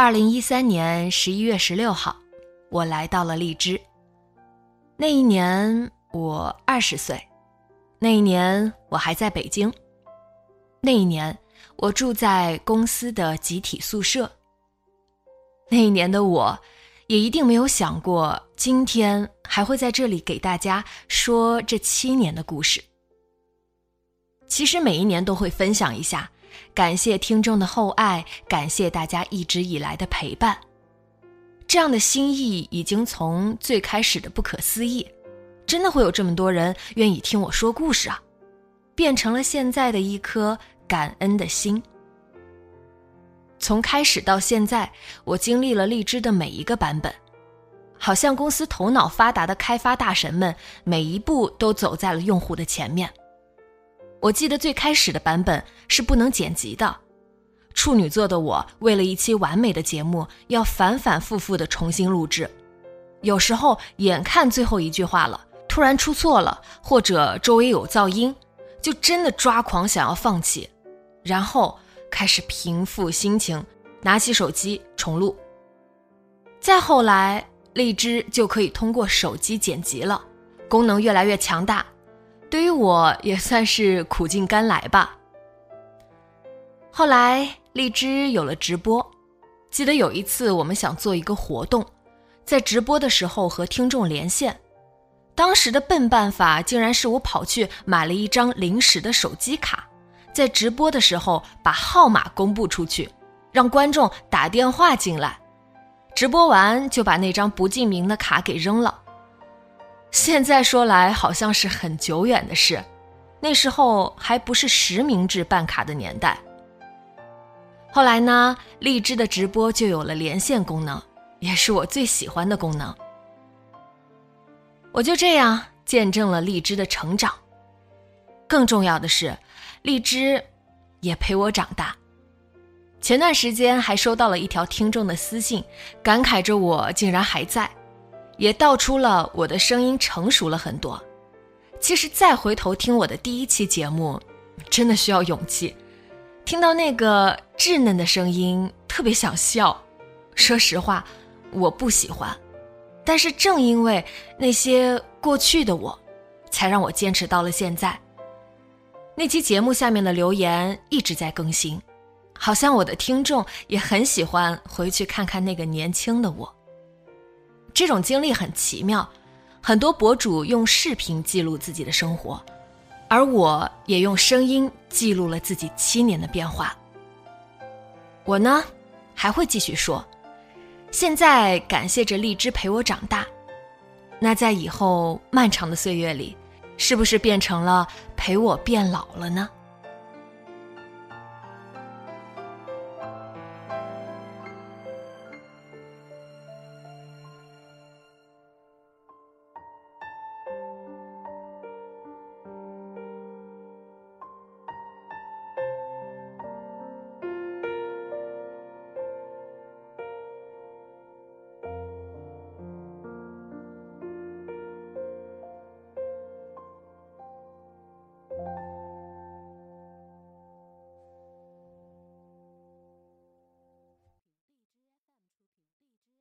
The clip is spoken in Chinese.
2013年11月16号，我来到了荔枝。那一年我20岁，那一年我还在北京，那一年我住在公司的集体宿舍。那一年的我也一定没有想过今天还会在这里给大家说这7年的故事。其实每一年都会分享一下，感谢听众的厚爱，感谢大家一直以来的陪伴。这样的心意已经从最开始的不可思议，真的会有这么多人愿意听我说故事啊，变成了现在的一颗感恩的心。从开始到现在，我经历了荔枝的每一个版本，好像公司头脑发达的开发大神们每一步都走在了用户的前面。我记得最开始的版本是不能剪辑的，处女座的我为了一期完美的节目要反反复复地重新录制，有时候眼看最后一句话了，突然出错了，或者周围有噪音，就真的抓狂想要放弃，然后开始平复心情，拿起手机重录。再后来荔枝就可以通过手机剪辑了，功能越来越强大，对于我也算是苦尽甘来吧。后来荔枝有了直播，记得有一次我们想做一个活动，在直播的时候和听众连线，当时的笨办法竟然是我跑去买了一张临时的手机卡，在直播的时候把号码公布出去，让观众打电话进来，直播完就把那张不记名的卡给扔了。现在说来好像是很久远的事，那时候还不是实名制办卡的年代。后来呢，荔枝的直播就有了连线功能，也是我最喜欢的功能。我就这样见证了荔枝的成长。更重要的是，荔枝也陪我长大。前段时间还收到了一条听众的私信，感慨着我竟然还在，也道出了我的声音成熟了很多。其实再回头听我的第一期节目，真的需要勇气。听到那个稚嫩的声音，特别想笑。说实话，我不喜欢。但是正因为那些过去的我，才让我坚持到了现在。那期节目下面的留言一直在更新，好像我的听众也很喜欢回去看看那个年轻的我。这种经历很奇妙，很多博主用视频记录自己的生活，而我也用声音记录了自己7年的变化。我呢，还会继续说，现在感谢着荔枝陪我长大，那在以后漫长的岁月里，是不是变成了陪我变老了呢？